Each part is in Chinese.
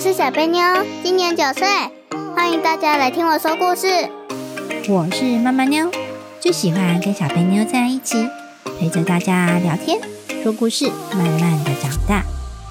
是小贝妞，今年9岁，欢迎大家来听我说故事。 我是妈妈妞，最喜欢跟小贝妞在一起，陪着大家聊天说故事，慢慢的长大。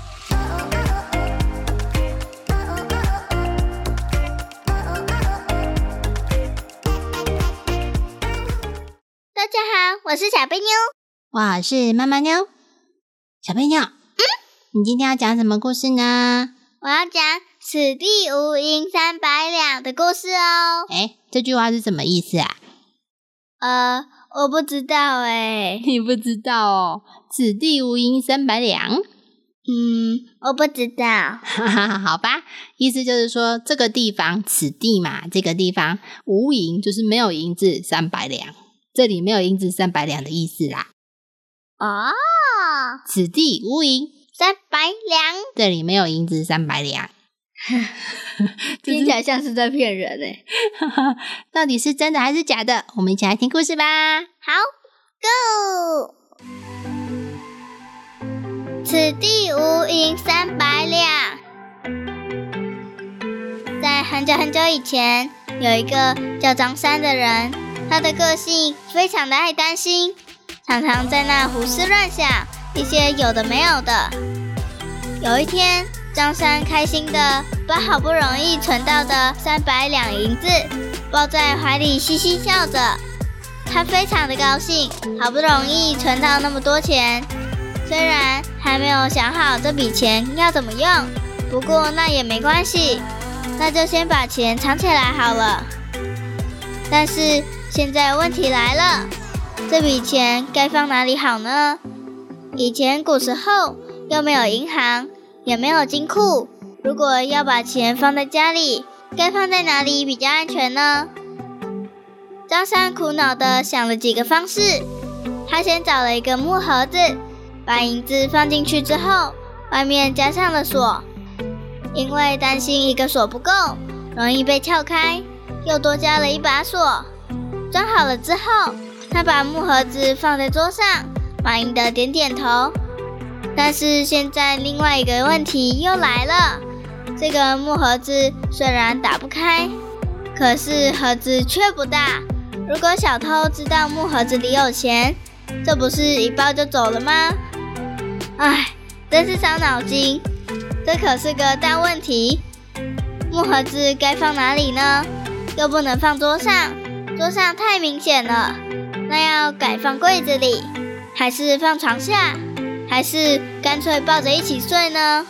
大家好，我是小贝妞。 我是妈妈妞。小贝妞，你今天要讲什么故事呢？ 我要讲此地无银300两的故事哦。 这句话是什么意思啊？ 我不知道你不知道哦？此地无银300两？ 我不知道。 好吧，意思就是说这个地方，此地嘛，这个地方无银就是没有银子300两，这里没有银子300两的意思啦。 哦， 此地无银 300两， 这里没有银子300两。 听起来像是在骗人到底是真的还是假的？我们一起来听故事吧。 好 ，Go！ 此地无银300两。在很久很久以前，有一个叫张三的人，他的个性非常的爱担心，常常在那胡思乱想一些有的没有的。有一天，张三开心的把好不容易存到的300两银子抱在怀里，嘻嘻笑着。他非常的高兴，好不容易存到那么多钱，虽然还没有想好这笔钱要怎么用，不过那也没关系，那就先把钱藏起来好了。但是现在问题来了，这笔钱该放哪里好呢？以前古时候又没有银行，也没有金库，如果要把钱放在家里，该放在哪里比较安全呢？张三苦恼地想了几个方式。他先找了一个木盒子，把银子放进去之后，外面加上了锁，因为担心一个锁不够，容易被撬开，又多加了一把锁。装好了之后，他把木盒子放在桌上，满意的点点头。但是现在另外一个问题又来了，这个木盒子虽然打不开，可是盒子却不大。如果小偷知道木盒子里有钱，这不是一抱就走了吗？真是伤脑筋，这可是个大问题。木盒子该放哪里呢？又不能放桌上，桌上太明显了。那要改放柜子里，还是放床下？还是干脆抱着一起睡呢？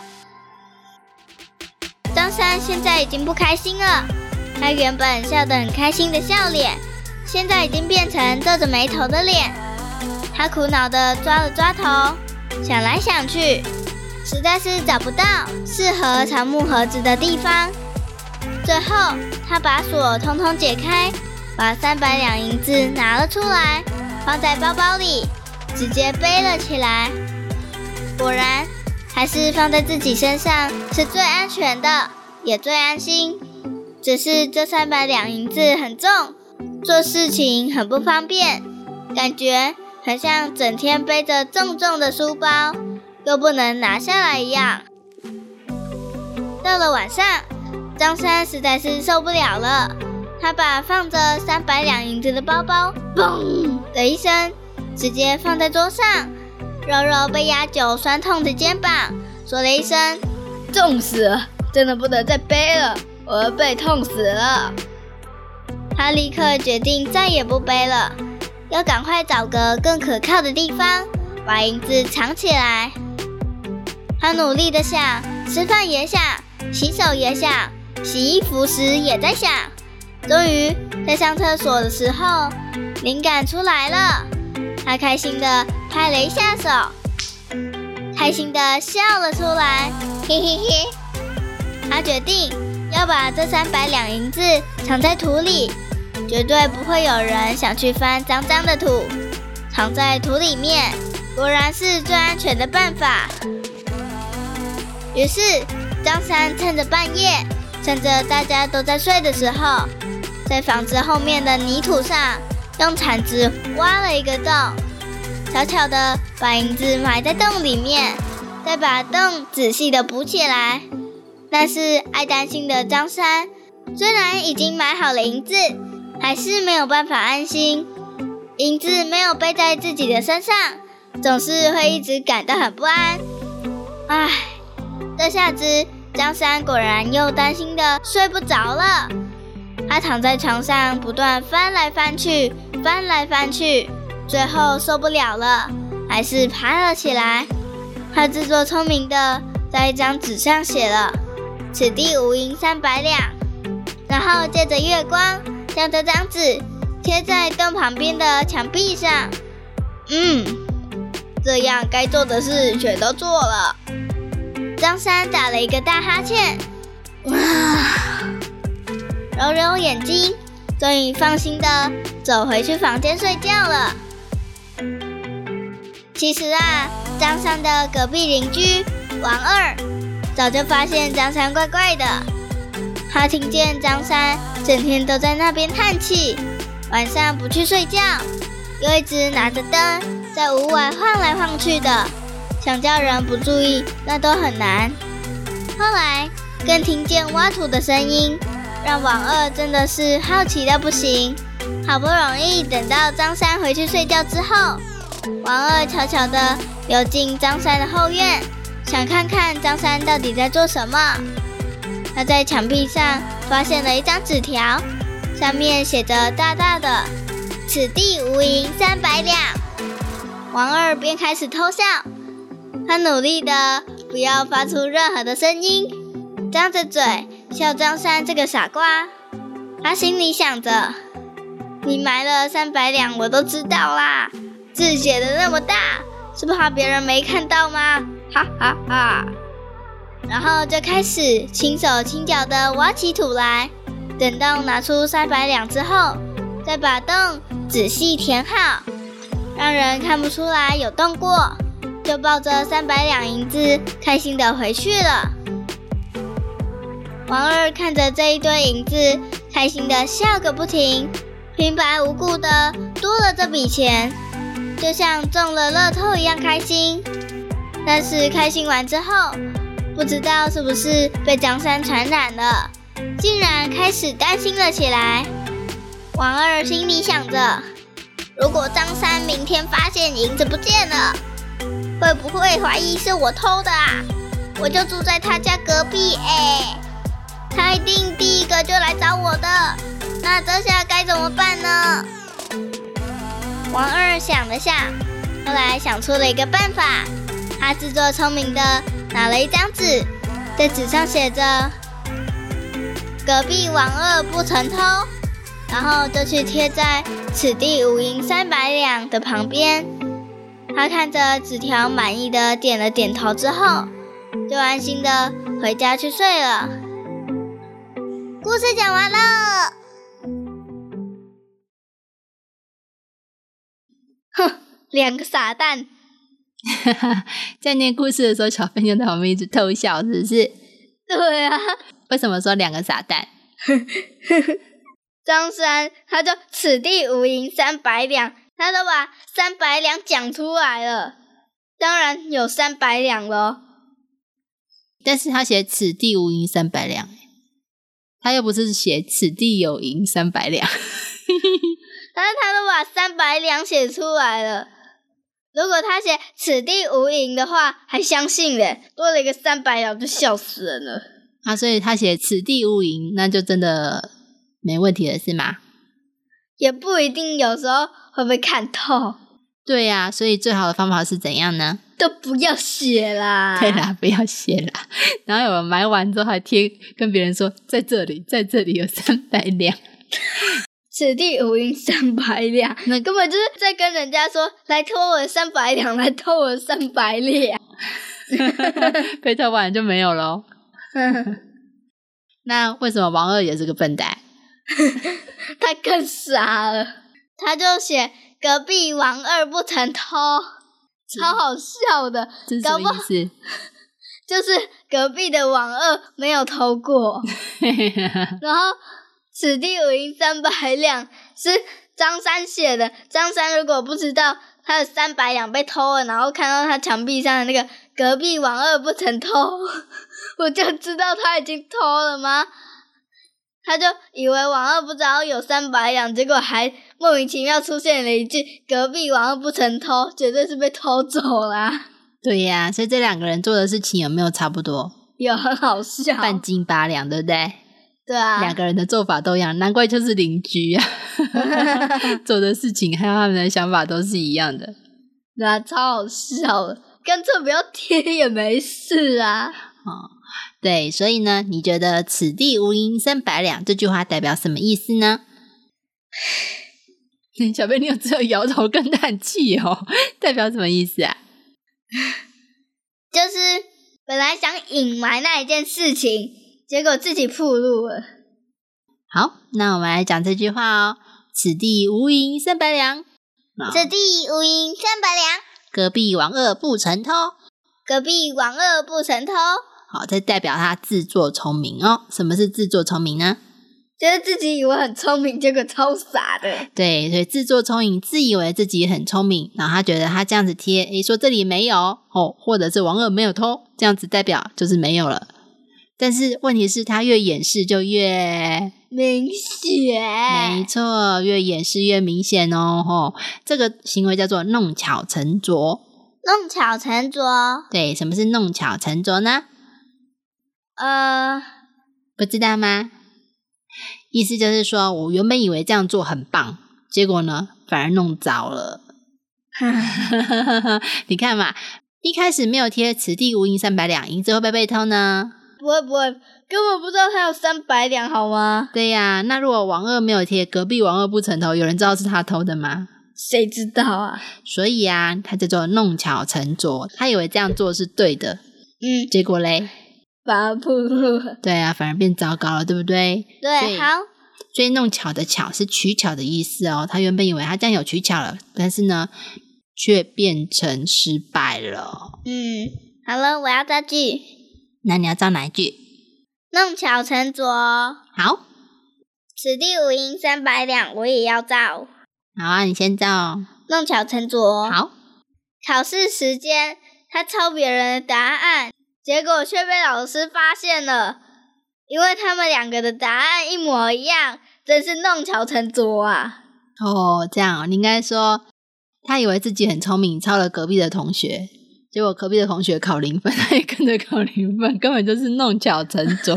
张三现在已经不开心了，他原本笑得很开心的笑脸，现在已经变成皱着眉头的脸。他苦恼地抓了抓头，想来想去，实在是找不到适合藏木盒子的地方。最后，他把锁通通解开，把300两银子拿了出来，放在包包里，直接背了起来。果然，还是放在自己身上是最安全的，也最安心。只是这300两银子很重，做事情很不方便，感觉很像整天背着重重的书包，又不能拿下来一样。到了晚上，张三实在是受不了了，他把放着300两银子的包包，嘣的一声，直接放在桌上。揉揉被压久酸痛的肩膀，说了一声：“重死了，真的不能再背了，我的背痛死了。”他立刻决定再也不背了，要赶快找个更可靠的地方，把银子藏起来。他努力的想，吃饭也想，洗手也想，洗衣服时也在想。终于在上厕所的时候，灵感出来了。他开心地拍了一下手，开心地笑了出来，嘿嘿嘿。他决定要把这300两银子藏在土里，绝对不会有人想去翻脏脏的土。藏在土里面，果然是最安全的办法。于是，张三趁着半夜，趁着大家都在睡的时候，在房子后面的泥土上用铲子挖了一个洞，悄悄地把银子埋在洞里面，再把洞仔细地补起来。 但是爱担心的张三，虽然已经买好了银子，还是没有办法安心。银子没有背在自己的身上，总是会一直感到很不安。唉，这下子张三果然又担心的睡不着了。他躺在床上不断翻来翻去，最后受不了了，还是爬了起来。他自作聪明的在一张纸上写了“此地无银300两”，然后借着月光将这张纸贴在洞旁边的墙壁上。这样该做的事全都做了。张三打了一个大哈欠，揉揉眼睛，终于放心的走回去房间睡觉了。其实啊，张三的隔壁邻居王二早就发现张三怪怪的。他听见张三整天都在那边叹气，晚上不去睡觉，又一直拿着灯在屋外晃来晃去的，想叫人不注意那都很难。后来更听见挖土的声音，让王二真的是好奇到不行。好不容易等到张三回去睡觉之后，王二悄悄地溜进张三的后院，想看看张三到底在做什么。他在墙壁上发现了一张纸条，上面写着大大的“此地无银300两”。王二便开始偷笑，他努力的不要发出任何的声音，张着嘴笑张三这个傻瓜。他心里想着，你埋了300两我都知道啦，字写的那么大，是怕别人没看到吗？哈哈哈。然后就开始轻手轻脚的挖起土来，等到拿出300两之后，再把洞仔细填好，让人看不出来有动过，就抱着300两银子开心的回去了。王二看着这一堆银子，开心的笑个不停，平白无故的多了这笔钱，就像中了乐透一样开心。但是开心完之后，不知道是不是被张三传染了，竟然开始担心了起来。王二心里想着，如果张三明天发现银子不见了，会不会怀疑是我偷的啊？我就住在他家隔壁他一定第一个就来找我的，那这下该怎么办呢？王二想了想，后来想出了一个办法。他自作聪明的拿了一张纸，在纸上写着“隔壁王二不曾偷”，然后就去贴在“此地无银300两”的旁边。他看着纸条，满意的点了点头之后，就安心的回家去睡了。故事讲完了。哼，两个傻蛋。 在念故事的时候，小朋友在旁边一直偷笑，是不是？ 对啊。 为什么说两个傻蛋？ 张三他就此地无银300两，他都把300两讲出来了，当然有300两了。 但是他写此地无银300两，他又不是写此地有银300两。 但是他都把300两写出来了。如果他写此地无银的话，还相信嘞，多了一个300两就笑死人了。 所以他写此地无银，那就真的没问题了，是吗？ 也不一定，有时候会被看透。 对呀，所以最好的方法是怎样呢？ 都不要写啦。 对啦，不要写啦。然后有人买完之后还贴跟别人说，在这里有300两。 此地无银300两，那根本就是在跟人家说，来偷我300两，来偷我300两。 被偷完就没有咯。那为什么王二也是个笨蛋？ 他更傻了，他就写隔壁王二不曾偷，超好笑的。 这是什么意思？ 就是隔壁的王二没有偷过。然后此地无银300两是张三写的，张三如果不知道他的300两被偷了，然后看到他墙壁上的那个隔壁王二不曾偷， 我就知道他已经偷了吗？他就以为王二不知道有300两，结果还莫名其妙出现了一句隔壁王二不曾偷，绝对是被偷走啦。 对呀，所以这2个人做的事情有没有差不多？ 有，很好笑， 半斤8两，对不对？ 对啊 ，2个人的做法都一样，难怪就是邻居啊。做的事情还有他们的想法都是一样的。 对啊，超好笑的，干脆不要贴也没事啊。 对，所以呢，你觉得此地无银300两这句话代表什么意思呢？小贝，你有只有摇头跟叹气哦，代表什么意思啊？ 就是本来想隐瞒那一件事情，结果自己暴露了。 好，那我们来讲这句话哦。此地无银300两， 此地无银300两， 隔壁王二不曾偷， 隔壁王二不曾偷。 好，这代表他自作聪明哦。什么是自作聪明呢？ 就是自己以为很聪明，结果超傻的。 对，所以自作聪明，自以为自己很聪明，然后他觉得他这样子贴，说这里没有哦，或者是王二没有偷，这样子代表就是没有了。但是问题是他越掩饰就越明显， 没错，越掩饰越明显哦。这个行为叫做弄巧成拙。 弄巧成拙。 对，什么是弄巧成拙呢？不知道吗？意思就是说我原本以为这样做很棒，结果呢反而弄糟了。你看嘛，一开始没有贴此地无银300两，银子会不会被偷呢？ 不会，根本不知道他有300两好吗？ 对呀，那如果王二没有贴，隔壁王二不曾偷，有人知道是他偷的吗？ 谁知道啊？所以啊，他叫做弄巧成拙，他以为这样做是对的，结果嘞反而暴露了。 对啊，反而变糟糕了，对不对？ 对，好。 所以弄巧的巧是取巧的意思哦。他原本以为他这样有取巧了，但是呢，却变成失败了。 好了，我要造句。 那你要造哪一句？ 弄巧成拙。 好。 此地无银300两，我也要造。 好啊，你先造。 弄巧成拙。 好。 考试时间，他抄别人的答案，结果却被老师发现了，因为他们2个的答案一模一样，真是弄巧成拙啊。 这样你应该说他以为自己很聪明，抄了隔壁的同学，结果隔壁的同学考0分，他也跟着考0分，根本就是弄巧成拙。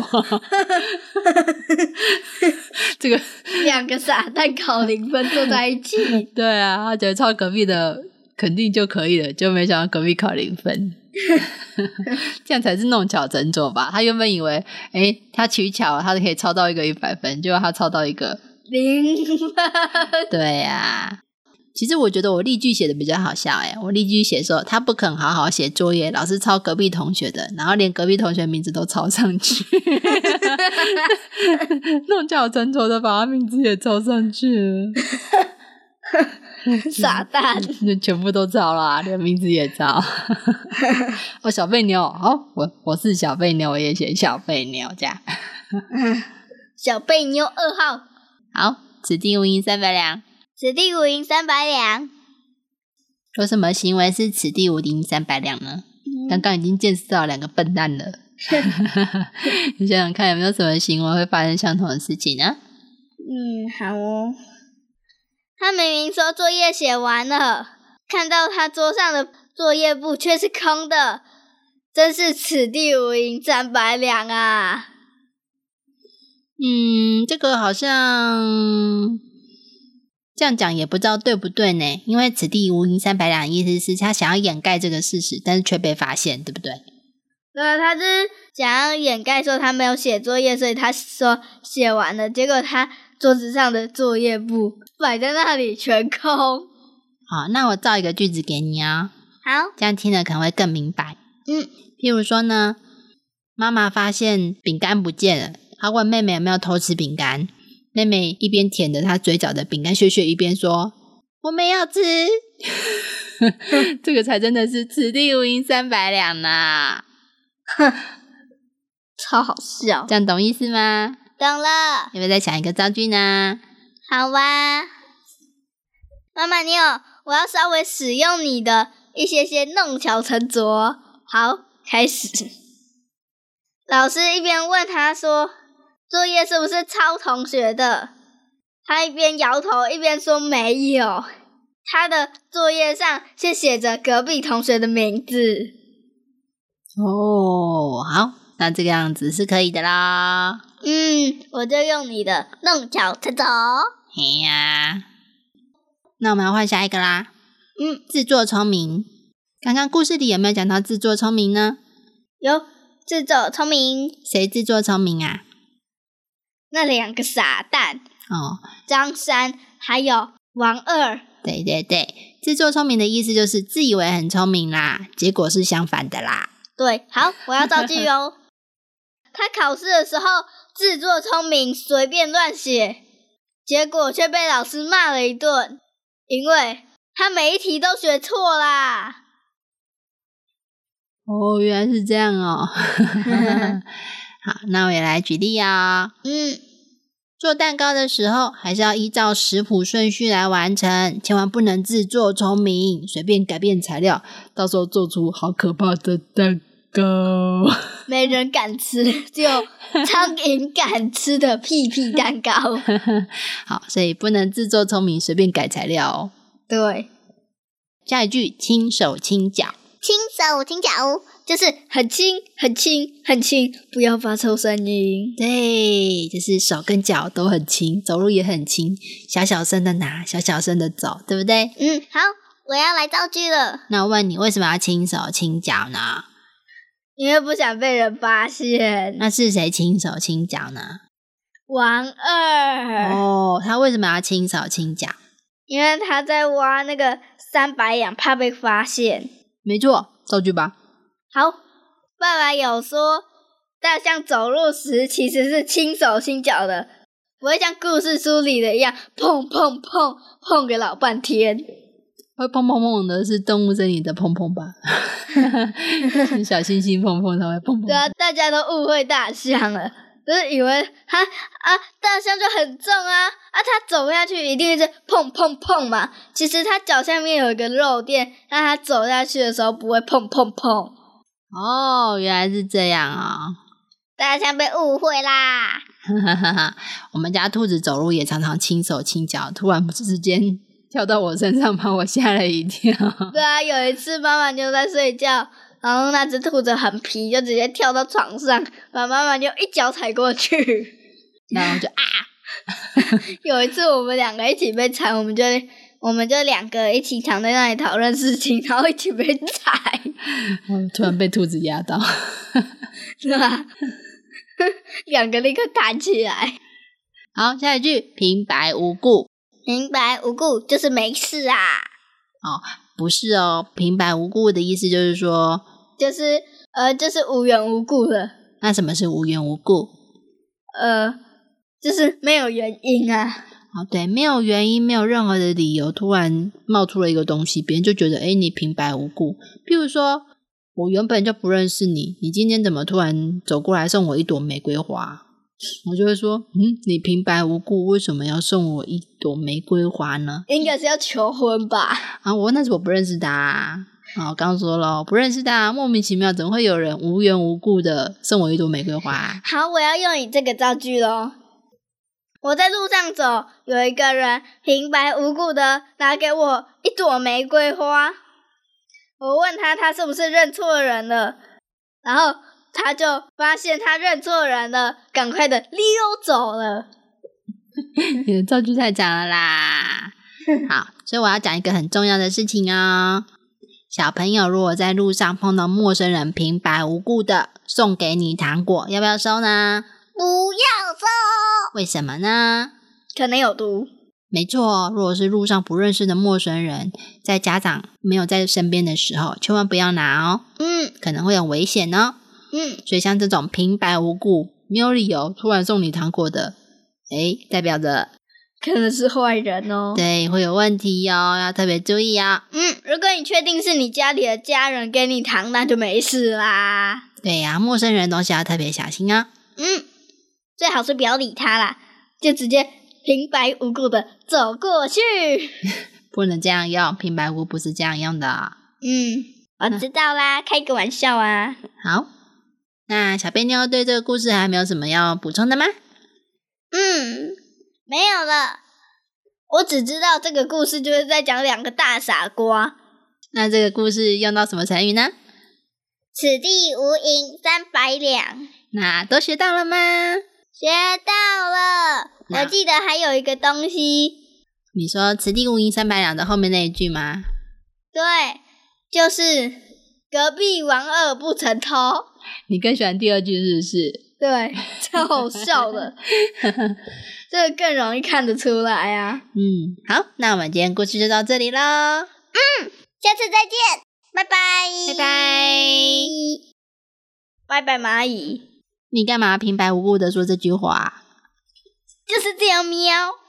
这个 2个傻蛋考0分坐在一起。 对啊，他觉得抄隔壁的肯定就可以了，就没想到隔壁考0分。这样才是弄巧成拙吧？他原本以为他取巧他可以抄到一个100分，结果他抄到一个 0分。 对啊，其实我觉得我例句写的比较好笑我例句写说他不肯好好写作业，老师抄隔壁同学的，然后连隔壁同学名字都抄上去。弄巧成拙的把他名字也抄上去了。 傻蛋。 全部都抄了连名字也抄。小贝妞，我是小贝妞，我也写小贝妞这样。 小贝妞2号。 好，此地无银300两。 此地无银300两。 有什么行为是此地无银300两呢？刚刚已经见识到2个笨蛋了。你想想看有没有什么行为会发生相同的事情呢？ 好哦。他明明说作业写完了，看到他桌上的作业簿却是空的，真是此地无银300两啊。 这个好像这样讲也不知道对不对呢，因为此地无银300两的意思是他想要掩盖这个事实，但是却被发现，对不对？ 对，他是想要掩盖说他没有写作业，所以他说写完了，结果他桌子上的作业簿摆在那里全空。 好，那我造一个句子给你哦。 好， 这样听了可能会更明白。譬如说呢，妈妈发现饼干不见了，她问妹妹有没有偷吃饼干，妹妹一边舔着她嘴角的饼干屑屑，一边说我没有吃。这个才真的是此地无银300两呢。 超好笑。 这样懂意思吗？ 懂了。 要不要再想一个造句呢？ 好啊。妈妈妞，我要稍微使用你的一些弄巧成拙。好，开始。 老师一边问他说作业是不是抄同学的，他一边摇头一边说没有，他的作业上是写着隔壁同学的名字。 哦，好，那这个样子是可以的啦。 我就用你的弄巧成拙。 嘿呀，那我们要换下一个啦。自作聪明。刚刚故事里有没有讲到自作聪明呢？ 有，自作聪明。 谁自作聪明啊？ 那2个傻蛋。张三还有王二。 对对对，自作聪明的意思就是自以为很聪明啦，结果是相反的啦。 对，好，我要造句哦。他考试的时候自作聪明，随便乱写，结果却被老师骂了一顿，因为他每一题都学错啦。 哦，原来是这样哦。好，那我也来举例啊。做蛋糕的时候还是要依照食谱顺序来完成，千万不能自作聪明，随便改变材料，到时候做出好可怕的蛋糕。 没人敢吃，只有苍蝇敢吃的屁屁蛋糕。 好，所以不能自作聪明，随便改材料哦。 对， 下一句轻手轻脚。 轻手轻脚就是很轻很轻很轻，不要发出声音。 对，就是手跟脚都很轻，走路也很轻，小小声的拿，小小声的走，对不对？ 好，我要来造句了。那我问你，为什么要轻手轻脚呢？ 因为不想被人发现。 那是谁轻手轻脚呢？ 王二。 哦，他为什么要轻手轻脚？ 因为他在挖那个300两，怕被发现。 没错，造句吧。 好，爸爸有说大象走路时其实是轻手轻脚的，不会像故事书里的一样碰碰碰碰个老半天。 会碰碰碰的是动物森林的碰碰吧？小星星碰碰它会碰碰。 对啊，大家都误会大象了，就是以为大象就很重啊，它走下去一定是碰碰碰嘛。其实它脚下面有一个肉垫，让它走下去的时候不会碰碰碰。 哦，原来是这样哦。 大象被误会啦。 我们家兔子走路也常常轻手轻脚，突然之间跳到我身上，把我吓了一跳。 对啊，有一次妈妈就在睡觉，然后那只兔子很皮，就直接跳到床上，把妈妈就一脚踩过去， 然后就有一次我们2个一起被踩，我们就2个一起躺在那里讨论事情，然后一起被踩。 突然被兔子压到。 是吧？2个立刻弹起来。 好，下一句平白无故。 平白无故就是没事啊。 不是哦，平白无故的意思就是说就是无缘无故的。 那什么是无缘无故？ 就是没有原因啊。 对，没有原因，没有任何的理由，突然冒出了一个东西，别人就觉得你平白无故。譬如说我原本就不认识你，你今天怎么突然走过来送我一朵玫瑰花？我就会说你平白无故为什么要送我一朵玫瑰花呢？ 应该是要求婚吧。 那是我不认识他刚说了不认识他，莫名其妙怎么会有人无缘无故的送我一朵玫瑰花？ 好，我要用你这个造句咯。我在路上走，有一个人平白无故的拿给我一朵玫瑰花，我问他是不是认错人了，然后他就发现他认错人了，赶快的溜走了。 你的造句太长了啦。好，所以我要讲一个很重要的事情哦。小朋友如果在路上碰到陌生人平白无故的送给你糖果，要不要收呢？ 不要收。 为什么呢？ 可能有毒。 没错，如果是路上不认识的陌生人，在家长没有在身边的时候，千万不要拿哦。可能会有危险哦。所以像这种平白无故没有理由突然送你糖果的，代表着可能是坏人哦。 对，会有问题哦，要特别注意哦。 如果你确定是你家里的家人给你糖，那就没事啦。 对呀，陌生人东西要特别小心啊。 最好是不要理他啦，就直接平白无故的走过去。 不能这样用，平白无故不是这样用的。 我知道啦，开个玩笑啊。 好。 那小贝妞对这个故事还没有什么要补充的吗？ 没有了。我只知道这个故事就是在讲2个大傻瓜。 那这个故事用到什么成语呢？ 此地无银300两。 那都学到了吗？ 学到了。我记得还有一个东西。 你说此地无银300两的后面那一句吗？ 对，就是隔壁王二不成偷。 你更喜欢第2句是不是？ 对，超好笑的。这个更容易看得出来啊。 好，那我们今天故事就到这里咯。 下次再见，拜拜。 拜拜。 拜拜蚂蚁。 你干嘛平白无故的说这句话？ 就是这样喵。